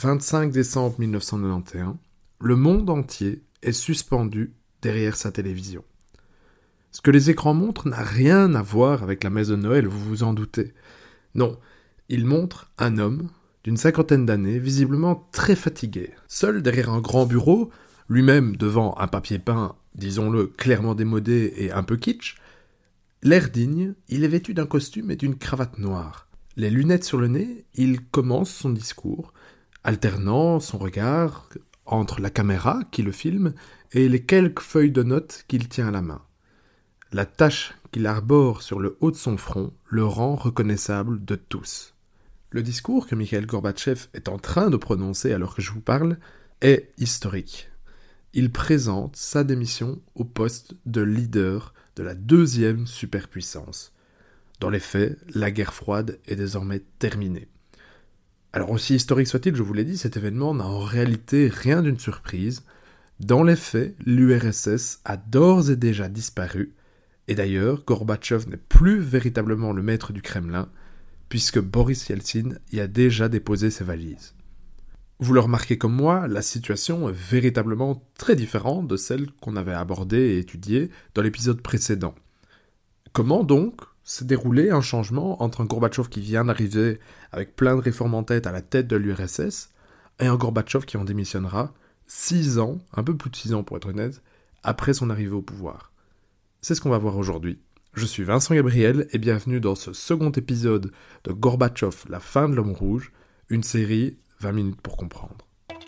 25 décembre 1991, le monde entier est suspendu derrière sa télévision. Ce que les écrans montrent n'a rien à voir avec la messe de Noël, vous vous en doutez. Non, ils montrent un homme d'une cinquantaine d'années, visiblement très fatigué, seul derrière un grand bureau, lui-même devant un papier peint, disons-le, clairement démodé et un peu kitsch. L'air digne, il est vêtu d'un costume et d'une cravate noire. Les lunettes sur le nez, il commence son discours, alternant son regard entre la caméra qui le filme et les quelques feuilles de notes qu'il tient à la main. La tache qu'il arbore sur le haut de son front le rend reconnaissable de tous. Le discours que Mikhail Gorbatchev est en train de prononcer alors que je vous parle est historique. Il présente sa démission au poste de leader de la deuxième superpuissance. Dans les faits, la guerre froide est désormais terminée. Alors aussi historique soit-il, je vous l'ai dit, cet événement n'a en réalité rien d'une surprise. Dans les faits, l'URSS a d'ores et déjà disparu, et d'ailleurs, Gorbatchev n'est plus véritablement le maître du Kremlin, puisque Boris Yeltsin y a déjà déposé ses valises. Vous le remarquez comme moi, la situation est véritablement très différente de celle qu'on avait abordée et étudiée dans l'épisode précédent. Comment donc s'est déroulé un changement entre un Gorbatchev qui vient d'arriver avec plein de réformes en tête à la tête de l'URSS et un Gorbatchev qui en démissionnera 6 ans, un peu plus de 6 ans pour être honnête, après son arrivée au pouvoir? C'est ce qu'on va voir aujourd'hui. Je suis Vincent Gabriel et bienvenue dans ce second épisode de Gorbatchev, la fin de l'homme rouge, une série 20 minutes pour comprendre.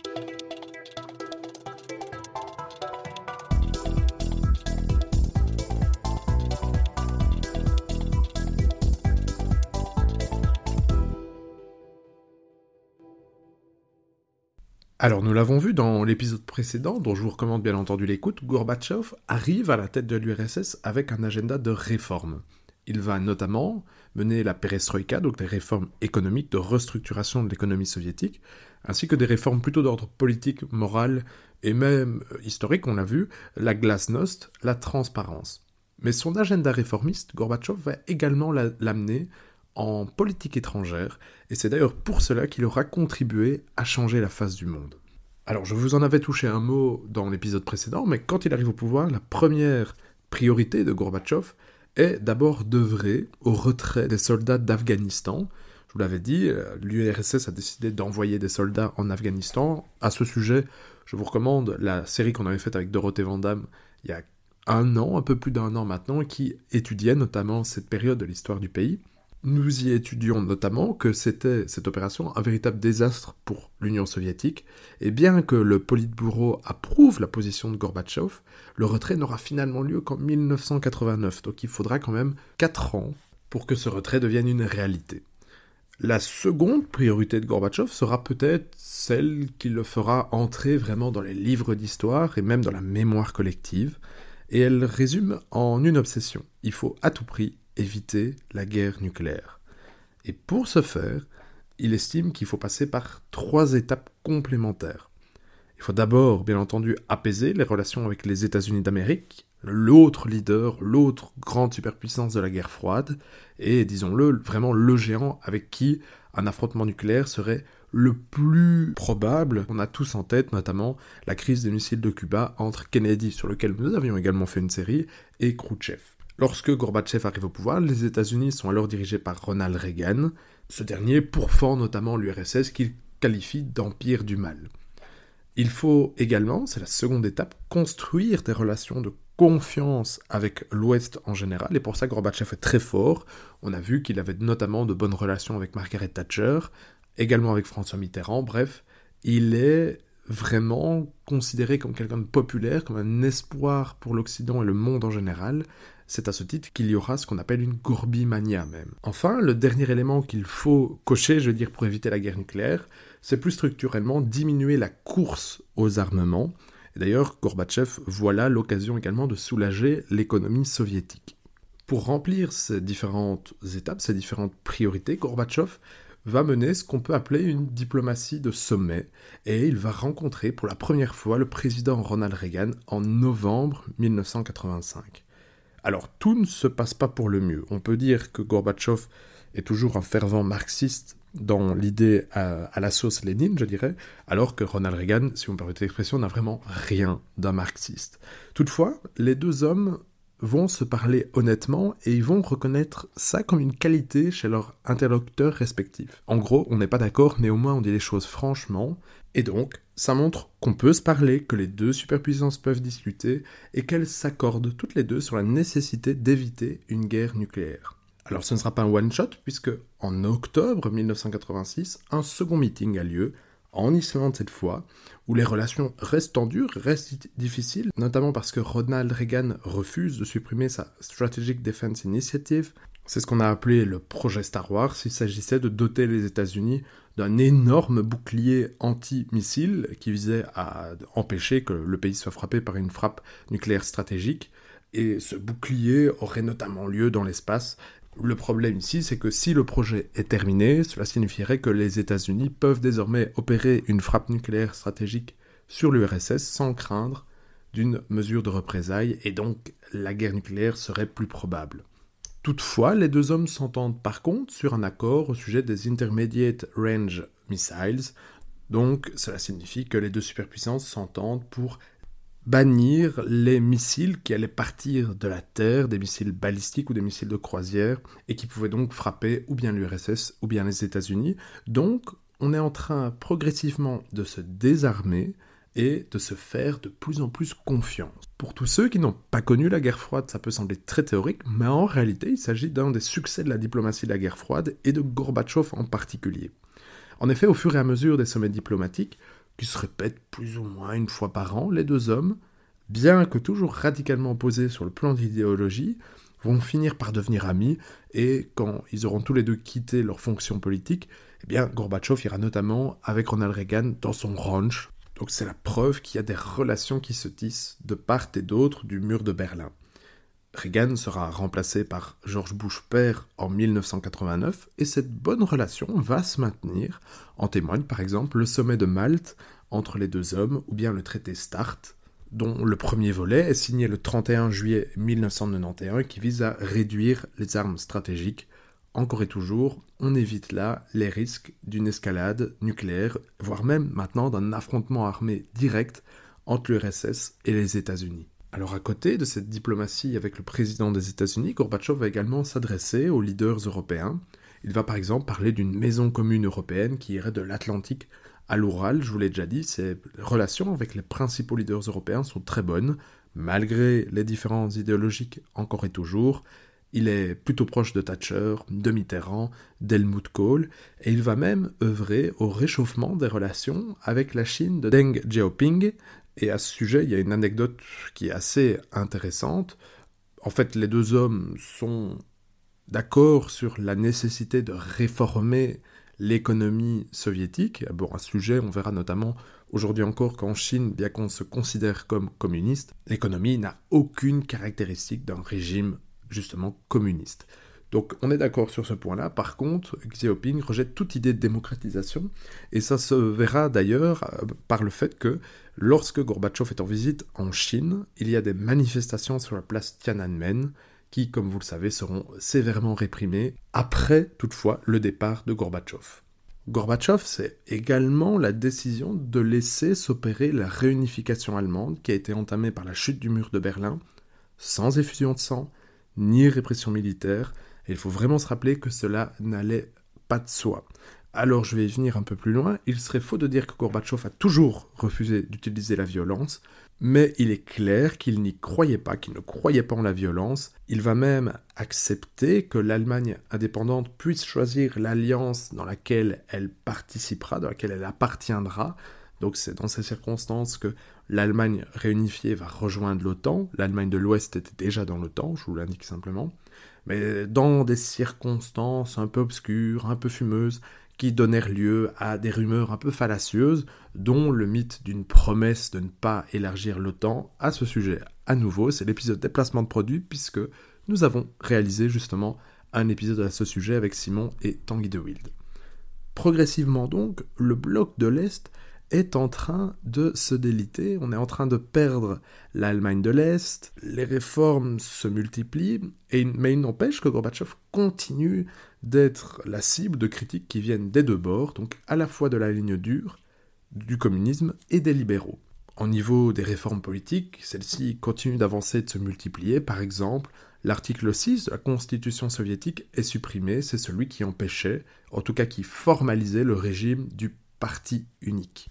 Alors nous l'avons vu dans l'épisode précédent, dont je vous recommande bien entendu l'écoute, Gorbatchev arrive à la tête de l'URSS avec un agenda de réforme. Il va notamment mener la perestroïka, donc des réformes économiques de restructuration de l'économie soviétique, ainsi que des réformes plutôt d'ordre politique, moral et même historique, on l'a vu, la glasnost, la transparence. Mais son agenda réformiste, Gorbatchev va également l'amener en politique étrangère, et c'est d'ailleurs pour cela qu'il aura contribué à changer la face du monde. Alors je vous en avais touché un mot dans l'épisode précédent, mais quand il arrive au pouvoir, la première priorité de Gorbatchev est d'abord d'œuvrer au retrait des soldats d'Afghanistan. Je vous l'avais dit, l'URSS a décidé d'envoyer des soldats en Afghanistan. À ce sujet, je vous recommande la série qu'on avait faite avec Dorothée Van Damme il y a un peu plus d'1 an maintenant, qui étudiait notamment cette période de l'histoire du pays. Nous y étudions notamment que c'était, cette opération, un véritable désastre pour l'Union soviétique, et bien que le Politburo approuve la position de Gorbatchev, le retrait n'aura finalement lieu qu'en 1989, donc il faudra quand même 4 ans pour que ce retrait devienne une réalité. La seconde priorité de Gorbatchev sera peut-être celle qui le fera entrer vraiment dans les livres d'histoire et même dans la mémoire collective, et elle résume en une obsession. Il faut à tout prix éviter la guerre nucléaire. Et pour ce faire, il estime qu'il faut passer par 3 étapes complémentaires. Il faut d'abord, bien entendu, apaiser les relations avec les États-Unis d'Amérique, l'autre leader, l'autre grande superpuissance de la guerre froide, et, disons-le, vraiment le géant avec qui un affrontement nucléaire serait le plus probable. On a tous en tête, notamment, la crise des missiles de Cuba entre Kennedy, sur lequel nous avions également fait une série, et Khrouchtchev. Lorsque Gorbatchev arrive au pouvoir, les États-Unis sont alors dirigés par Ronald Reagan, ce dernier pourfend notamment l'URSS qu'il qualifie d'empire du mal. Il faut également, c'est la seconde étape, construire des relations de confiance avec l'Ouest en général, et pour ça Gorbatchev est très fort. On a vu qu'il avait notamment de bonnes relations avec Margaret Thatcher, également avec François Mitterrand, bref, il est vraiment considéré comme quelqu'un de populaire, comme un espoir pour l'Occident et le monde en général. C'est à ce titre qu'il y aura ce qu'on appelle une Gorbimania même. Enfin, le dernier élément qu'il faut cocher, je veux dire, pour éviter la guerre nucléaire, c'est plus structurellement diminuer la course aux armements. Et d'ailleurs, Gorbatchev voit là l'occasion également de soulager l'économie soviétique. Pour remplir ces différentes étapes, ces différentes priorités, Gorbatchev va mener ce qu'on peut appeler une diplomatie de sommet, et il va rencontrer pour la première fois le président Ronald Reagan en novembre 1985. Alors, tout ne se passe pas pour le mieux. On peut dire que Gorbatchev est toujours un fervent marxiste, dans l'idée à la sauce Lénine, je dirais, alors que Ronald Reagan, si vous me permettez l'expression, n'a vraiment rien d'un marxiste. Toutefois, les deux hommes vont se parler honnêtement et ils vont reconnaître ça comme une qualité chez leurs interlocuteurs respectifs. En gros, on n'est pas d'accord, mais au moins on dit les choses franchement, et donc ça montre qu'on peut se parler, que les deux superpuissances peuvent discuter, et qu'elles s'accordent toutes les deux sur la nécessité d'éviter une guerre nucléaire. Alors ce ne sera pas un one-shot, puisque en octobre 1986, un second meeting a lieu, en Islande cette fois, où les relations restent tendues, restent difficiles, notamment parce que Ronald Reagan refuse de supprimer sa Strategic Defense Initiative. C'est ce qu'on a appelé le projet Star Wars. Il s'agissait de doter les États-Unis d'un énorme bouclier anti-missile qui visait à empêcher que le pays soit frappé par une frappe nucléaire stratégique. Et ce bouclier aurait notamment lieu dans l'espace. Le problème ici, c'est que si le projet est terminé, cela signifierait que les États-Unis peuvent désormais opérer une frappe nucléaire stratégique sur l'URSS sans craindre d'une mesure de représailles, et donc la guerre nucléaire serait plus probable. Toutefois, les deux hommes s'entendent par contre sur un accord au sujet des Intermediate Range Missiles, donc cela signifie que les deux superpuissances s'entendent pour bannir les missiles qui allaient partir de la Terre, des missiles balistiques ou des missiles de croisière, et qui pouvaient donc frapper ou bien l'URSS ou bien les États-Unis. Donc, on est en train progressivement de se désarmer et de se faire de plus en plus confiance. Pour tous ceux qui n'ont pas connu la guerre froide, ça peut sembler très théorique, mais en réalité, il s'agit d'un des succès de la diplomatie de la guerre froide et de Gorbatchev en particulier. En effet, au fur et à mesure des sommets diplomatiques, qui se répètent plus ou moins une fois par an, les deux hommes, bien que toujours radicalement opposés sur le plan d'idéologie, vont finir par devenir amis, et quand ils auront tous les deux quitté leur fonction politique, eh bien Gorbatchev ira notamment avec Ronald Reagan dans son ranch. Donc c'est la preuve qu'il y a des relations qui se tissent de part et d'autre du mur de Berlin. Reagan sera remplacé par George Bush père en 1989, et cette bonne relation va se maintenir. En témoigne par exemple le sommet de Malte entre les deux hommes, ou bien le traité START, dont le premier volet est signé le 31 juillet 1991, qui vise à réduire les armes stratégiques. Encore et toujours, on évite là les risques d'une escalade nucléaire, voire même maintenant d'un affrontement armé direct entre l'URSS et les États-Unis. Alors à côté de cette diplomatie avec le président des États-Unis, Gorbatchev va également s'adresser aux leaders européens. Il va par exemple parler d'une maison commune européenne qui irait de l'Atlantique à l'Oural. Je vous l'ai déjà dit, ces relations avec les principaux leaders européens sont très bonnes, malgré les différences idéologiques encore et toujours. Il est plutôt proche de Thatcher, de Mitterrand, d'Helmut Kohl, et il va même œuvrer au réchauffement des relations avec la Chine de Deng Xiaoping. Et à ce sujet, il y a une anecdote qui est assez intéressante. En fait, les deux hommes sont d'accord sur la nécessité de réformer l'économie soviétique. Bon, à ce sujet, on verra notamment aujourd'hui encore qu'en Chine, bien qu'on se considère comme communiste, l'économie n'a aucune caractéristique d'un régime justement communiste. Donc on est d'accord sur ce point-là. Par contre, Xiaoping rejette toute idée de démocratisation, et ça se verra d'ailleurs par le fait que lorsque Gorbatchev est en visite en Chine, il y a des manifestations sur la place Tiananmen qui, comme vous le savez, seront sévèrement réprimées après, toutefois, le départ de Gorbatchev. Gorbatchev, c'est également la décision de laisser s'opérer la réunification allemande qui a été entamée par la chute du mur de Berlin, sans effusion de sang, ni répression militaire, et il faut vraiment se rappeler que cela n'allait pas de soi. Alors je vais y venir un peu plus loin, il serait faux de dire que Gorbatchev a toujours refusé d'utiliser la violence, mais il est clair qu'il n'y croyait pas, qu'il ne croyait pas en la violence. Il va même accepter que l'Allemagne indépendante puisse choisir l'alliance dans laquelle elle participera, dans laquelle elle appartiendra. Donc c'est dans ces circonstances que l'Allemagne réunifiée va rejoindre l'OTAN. L'Allemagne de l'Ouest était déjà dans l'OTAN, je vous l'indique simplement. Mais dans des circonstances un peu obscures, un peu fumeuses, qui donnèrent lieu à des rumeurs un peu fallacieuses, dont le mythe d'une promesse de ne pas élargir l'OTAN. À ce sujet, à nouveau, c'est l'épisode des placements de produits, puisque nous avons réalisé justement un épisode à ce sujet avec Simon et Tanguy de Wild. Progressivement donc, le bloc de l'Est est en train de se déliter, on est en train de perdre l'Allemagne de l'Est, les réformes se multiplient, mais il n'empêche que Gorbatchev continue d'être la cible de critiques qui viennent des deux bords, donc à la fois de la ligne dure, du communisme et des libéraux. Au niveau des réformes politiques, celles-ci continuent d'avancer et de se multiplier. Par exemple, l'article 6 de la Constitution soviétique est supprimé, c'est celui qui empêchait, en tout cas qui formalisait le régime du parti unique.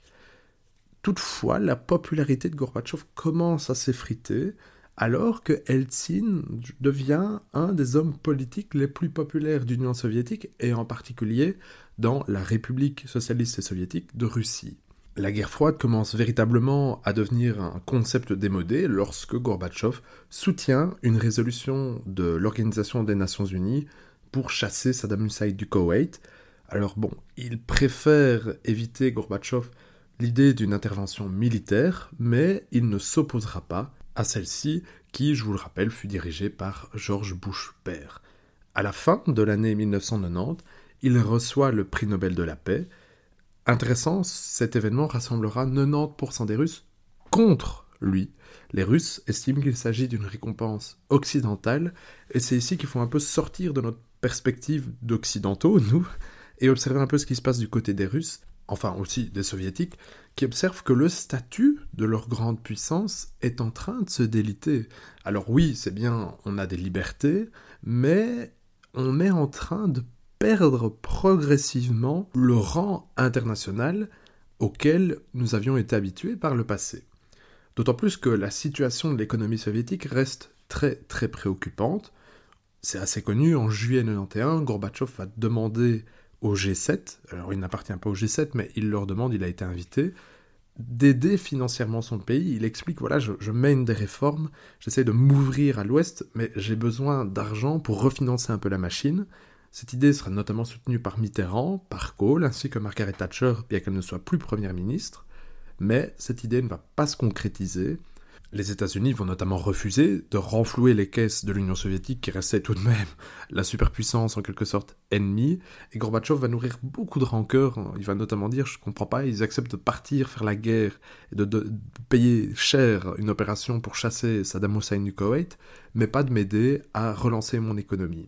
Toutefois, la popularité de Gorbatchev commence à s'effriter, alors que Eltsine devient un des hommes politiques les plus populaires d'Union soviétique, et en particulier dans la République socialiste et soviétique de Russie. La guerre froide commence véritablement à devenir un concept démodé lorsque Gorbatchev soutient une résolution de l'Organisation des Nations Unies pour chasser Saddam Hussein du Koweït. Alors bon, il préfère éviter, Gorbatchev, l'idée d'une intervention militaire, mais il ne s'opposera pas à celle-ci qui, je vous le rappelle, fut dirigée par George Bush père. À la fin de l'année 1990, il reçoit le prix Nobel de la paix. Intéressant, cet événement rassemblera 90% des Russes contre lui. Les Russes estiment qu'il s'agit d'une récompense occidentale, et c'est ici qu'il faut un peu sortir de notre perspective d'occidentaux, nous, et observer un peu ce qui se passe du côté des Russes, enfin aussi des Soviétiques, qui observent que le statut de leur grande puissance est en train de se déliter. Alors oui, c'est bien, on a des libertés, mais on est en train de perdre progressivement le rang international auquel nous avions été habitués par le passé. D'autant plus que la situation de l'économie soviétique reste très très préoccupante. C'est assez connu, en juillet 1991, Gorbatchev va demander au G7, alors il n'appartient pas au G7, mais il leur demande, il a été invité, d'aider financièrement son pays. Il explique, voilà, je mène des réformes, j'essaie de m'ouvrir à l'Ouest, mais j'ai besoin d'argent pour refinancer un peu la machine. Cette idée sera notamment soutenue par Mitterrand, par Kohl, ainsi que Margaret Thatcher, bien qu'elle ne soit plus première ministre, mais cette idée ne va pas se concrétiser. Les États-Unis vont notamment refuser de renflouer les caisses de l'Union soviétique, qui restait tout de même la superpuissance en quelque sorte ennemie, et Gorbatchev va nourrir beaucoup de rancœur. Il va notamment dire, je comprends pas, ils acceptent de partir faire la guerre et de payer cher une opération pour chasser Saddam Hussein du Koweït, mais pas de m'aider à relancer mon économie.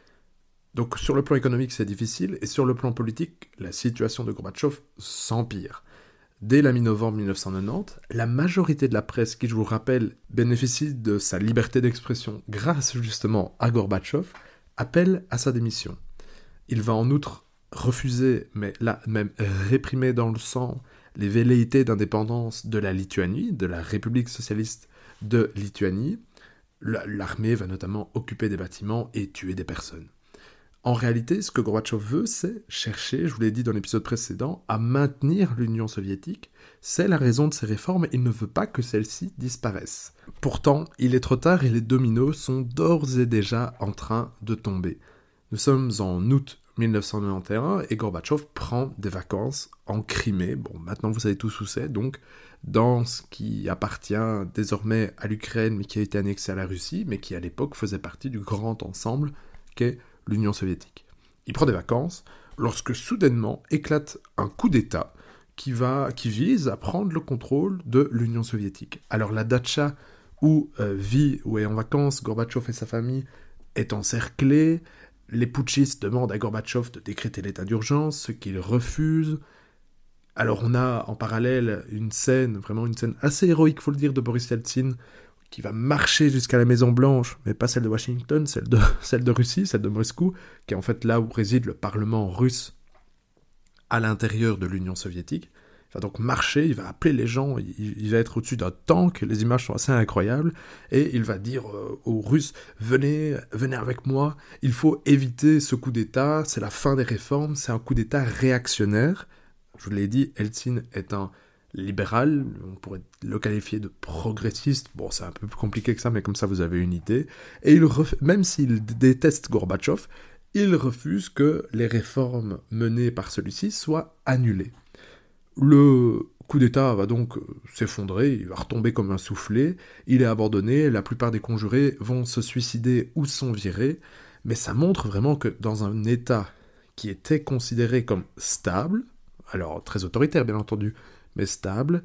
Donc sur le plan économique c'est difficile, et sur le plan politique, la situation de Gorbatchev s'empire. Dès la mi-novembre 1990, la majorité de la presse, qui je vous rappelle bénéficie de sa liberté d'expression grâce justement à Gorbatchev, appelle à sa démission. Il va en outre refuser, mais là même réprimer dans le sang, les velléités d'indépendance de la Lituanie, de la République socialiste de Lituanie. L'armée va notamment occuper des bâtiments et tuer des personnes. En réalité, ce que Gorbatchev veut, c'est chercher, je vous l'ai dit dans l'épisode précédent, à maintenir l'Union soviétique. C'est la raison de ses réformes, il ne veut pas que celles-ci disparaissent. Pourtant, il est trop tard et les dominos sont d'ores et déjà en train de tomber. Nous sommes en août 1991 et Gorbatchev prend des vacances en Crimée. Bon, maintenant vous savez tous où c'est, donc dans ce qui appartient désormais à l'Ukraine, mais qui a été annexé à la Russie, mais qui à l'époque faisait partie du grand ensemble qu'est l'Union soviétique. Il prend des vacances lorsque soudainement éclate un coup d'État qui vise à prendre le contrôle de l'Union soviétique. Alors la datcha où est en vacances Gorbatchev et sa famille est encerclée. Les putschistes demandent à Gorbatchev de décréter l'état d'urgence, ce qu'il refuse. Alors on a en parallèle une scène assez héroïque, faut le dire, de Boris Yeltsin, qui va marcher jusqu'à la Maison Blanche, mais pas celle de Washington, celle de Russie, celle de Moscou, qui est en fait là où réside le Parlement russe à l'intérieur de l'Union soviétique. Il va donc marcher, il va appeler les gens, il va être au-dessus d'un tank, les images sont assez incroyables, et il va dire aux Russes, venez avec moi, il faut éviter ce coup d'État, c'est la fin des réformes, c'est un coup d'État réactionnaire. Je vous l'ai dit, Eltsine est un libéral, on pourrait le qualifier de progressiste, bon c'est un peu plus compliqué que ça, mais comme ça vous avez une idée, et même s'il déteste Gorbatchev, il refuse que les réformes menées par celui-ci soient annulées. Le coup d'État va donc s'effondrer, il va retomber comme un soufflé, il est abandonné, la plupart des conjurés vont se suicider ou sont virés, mais ça montre vraiment que dans un État qui était considéré comme stable, alors très autoritaire bien entendu, mais stable,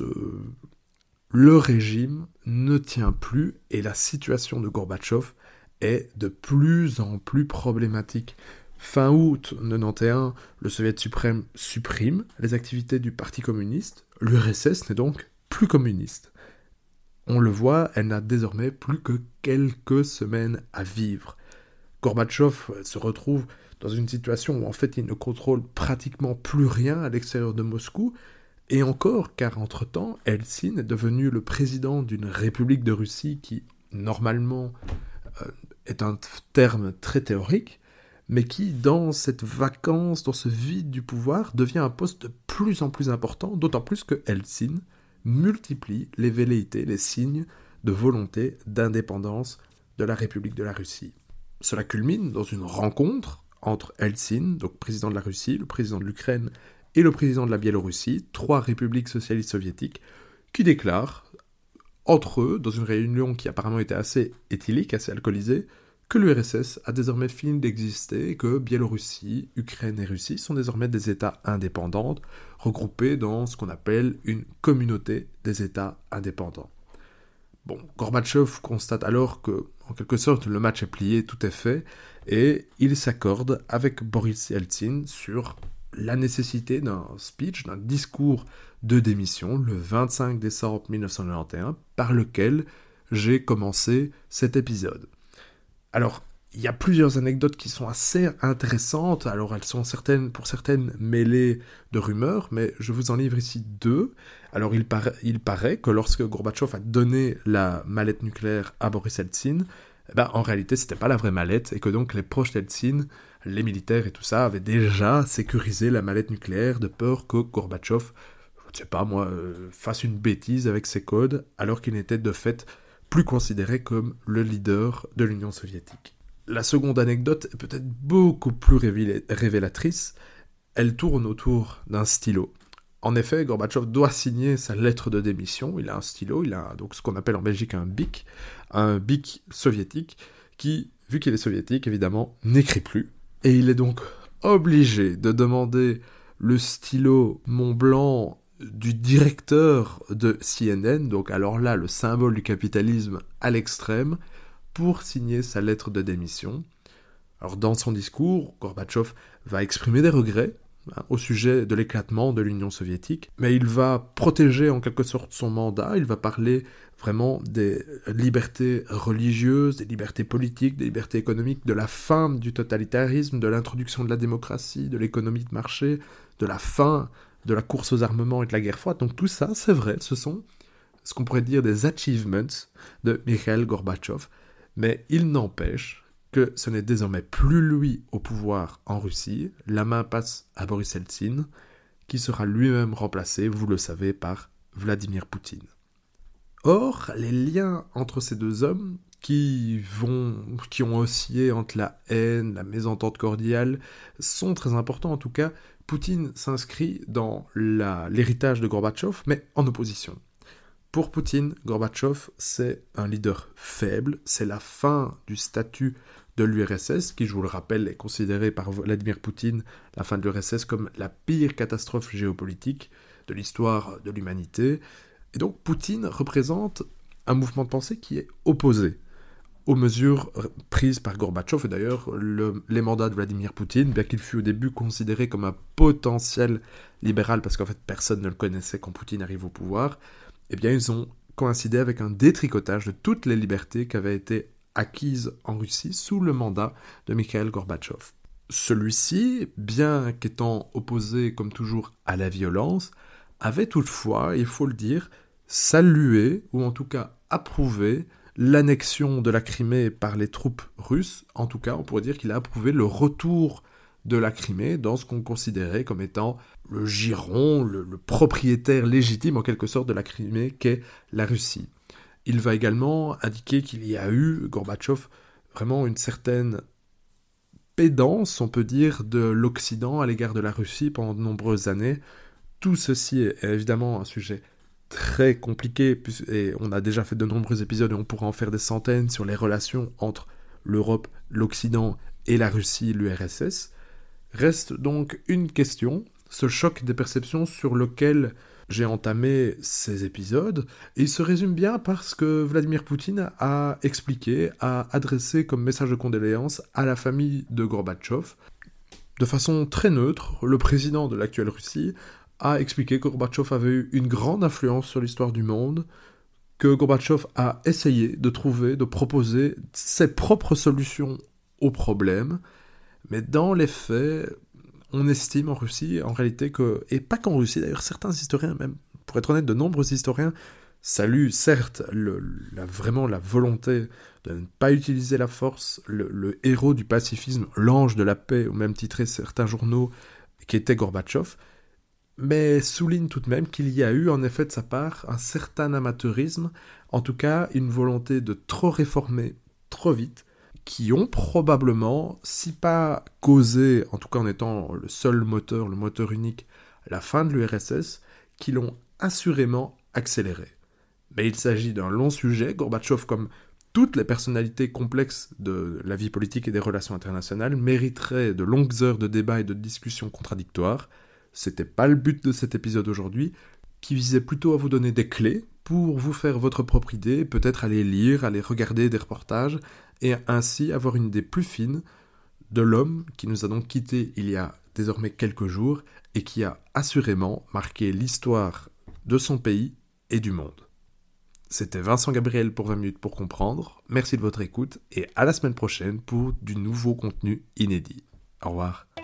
le régime ne tient plus et la situation de Gorbatchev est de plus en plus problématique. Fin août 91, le Soviet suprême supprime les activités du Parti communiste. L'URSS n'est donc plus communiste. On le voit, elle n'a désormais plus que quelques semaines à vivre. Gorbatchev se retrouve dans une situation où en fait il ne contrôle pratiquement plus rien à l'extérieur de Moscou, et encore car entre-temps, Eltsine est devenu le président d'une république de Russie qui, normalement, est un terme très théorique, mais qui, dans cette vacance, dans ce vide du pouvoir, devient un poste de plus en plus important, d'autant plus que Eltsine multiplie les velléités, les signes de volonté d'indépendance de la République de la Russie. Cela culmine dans une rencontre entre Eltsine, donc président de la Russie, le président de l'Ukraine et le président de la Biélorussie, 3 républiques socialistes soviétiques, qui déclarent, entre eux, dans une réunion qui apparemment était assez éthylique, assez alcoolisée, que l'URSS a désormais fini d'exister et que Biélorussie, Ukraine et Russie sont désormais des États indépendants, regroupés dans ce qu'on appelle une communauté des États indépendants. Bon, Gorbatchev constate alors que, en quelque sorte, le match est plié, tout est fait, et il s'accorde avec Boris Eltsine sur la nécessité d'un speech, d'un discours de démission, le 25 décembre 1991, par lequel j'ai commencé cet épisode. Alors, il y a plusieurs anecdotes qui sont assez intéressantes, alors elles sont pour certaines mêlées de rumeurs, mais je vous en livre ici 2. Alors il paraît que lorsque Gorbatchev a donné la mallette nucléaire à Boris Eltsine, en réalité c'était pas la vraie mallette, et que donc les proches d'Eltsine, les militaires et tout ça, avaient déjà sécurisé la mallette nucléaire de peur que Gorbatchev, je ne sais pas moi, fasse une bêtise avec ses codes, alors qu'il n'était de fait plus considéré comme le leader de l'Union soviétique. La seconde anecdote est peut-être beaucoup plus révélatrice. Elle tourne autour d'un stylo. En effet, Gorbatchev doit signer sa lettre de démission. Il a un stylo, il a donc ce qu'on appelle en Belgique un bic soviétique, qui, vu qu'il est soviétique, évidemment, n'écrit plus. Et il est donc obligé de demander le stylo Mont-Blanc du directeur de CNN, donc alors là, le symbole du capitalisme à l'extrême, pour signer sa lettre de démission. Alors dans son discours, Gorbatchev va exprimer des regrets au sujet de l'éclatement de l'Union soviétique, mais il va protéger en quelque sorte son mandat, il va parler vraiment des libertés religieuses, des libertés politiques, des libertés économiques, de la fin du totalitarisme, de l'introduction de la démocratie, de l'économie de marché, de la fin de la course aux armements et de la guerre froide. Donc tout ça, c'est vrai, ce sont ce qu'on pourrait dire des achievements de Mikhail Gorbatchev, mais il n'empêche que ce n'est désormais plus lui au pouvoir en Russie, la main passe à Boris Eltsine, qui sera lui-même remplacé, vous le savez, par Vladimir Poutine. Or, les liens entre ces deux hommes, qui ont oscillé entre la haine, la mésentente cordiale, sont très importants. En tout cas, Poutine s'inscrit dans l'héritage de Gorbatchev, mais en opposition. Pour Poutine, Gorbatchev, c'est un leader faible, c'est la fin du statut de l'URSS, qui, je vous le rappelle, est considéré par Vladimir Poutine, la fin de l'URSS, comme la pire catastrophe géopolitique de l'histoire de l'humanité. Et donc Poutine représente un mouvement de pensée qui est opposé aux mesures prises par Gorbatchev. Et d'ailleurs, les mandats de Vladimir Poutine, bien qu'il fût au début considéré comme un potentiel libéral, parce qu'en fait personne ne le connaissait quand Poutine arrive au pouvoir, eh bien ils ont coïncidé avec un détricotage de toutes les libertés qui avaient été acquises en Russie sous le mandat de Mikhail Gorbatchev. Celui-ci, bien qu'étant opposé comme toujours à la violence, avait toutefois, il faut le dire, salué, ou en tout cas approuvé, l'annexion de la Crimée par les troupes russes. En tout cas, on pourrait dire qu'il a approuvé le retour de la Crimée dans ce qu'on considérait comme étant le giron, le propriétaire légitime en quelque sorte de la Crimée qu'est la Russie. Il va également indiquer qu'il y a eu, Gorbatchev, vraiment une certaine pédance, on peut dire, de l'Occident à l'égard de la Russie pendant de nombreuses années. Tout ceci est évidemment un sujet très compliqué, et on a déjà fait de nombreux épisodes et on pourra en faire des centaines sur les relations entre l'Europe, l'Occident et la Russie, l'URSS. Reste donc une question, ce choc des perceptions sur lequel j'ai entamé ces épisodes, et il se résume bien par ce que Vladimir Poutine a expliqué, a adressé comme message de condoléances à la famille de Gorbatchev. De façon très neutre, le président de l'actuelle Russie a expliqué que Gorbatchev avait eu une grande influence sur l'histoire du monde, que Gorbatchev a essayé de trouver, de proposer ses propres solutions aux problèmes, mais dans les faits, on estime en Russie, en réalité, que, et pas qu'en Russie d'ailleurs, certains historiens, même pour être honnête, de nombreux historiens, saluent certes vraiment la volonté de ne pas utiliser la force, le héros du pacifisme, l'ange de la paix, au même titré certains journaux, qui était Gorbatchev, mais souligne tout de même qu'il y a eu en effet de sa part un certain amateurisme, en tout cas une volonté de trop réformer trop vite, qui ont probablement, si pas causé, en tout cas en étant le seul moteur, le moteur unique, la fin de l'URSS, qui l'ont assurément accéléré. Mais il s'agit d'un long sujet, Gorbatchev, comme toutes les personnalités complexes de la vie politique et des relations internationales, mériterait de longues heures de débat et de discussions contradictoires. C'était pas le but de cet épisode aujourd'hui, qui visait plutôt à vous donner des clés pour vous faire votre propre idée, peut-être aller lire, aller regarder des reportages, et ainsi avoir une idée plus fine de l'homme qui nous a donc quittés il y a désormais quelques jours et qui a assurément marqué l'histoire de son pays et du monde. C'était Vincent Gabriel pour 20 minutes pour comprendre. Merci de votre écoute et à la semaine prochaine pour du nouveau contenu inédit. Au revoir.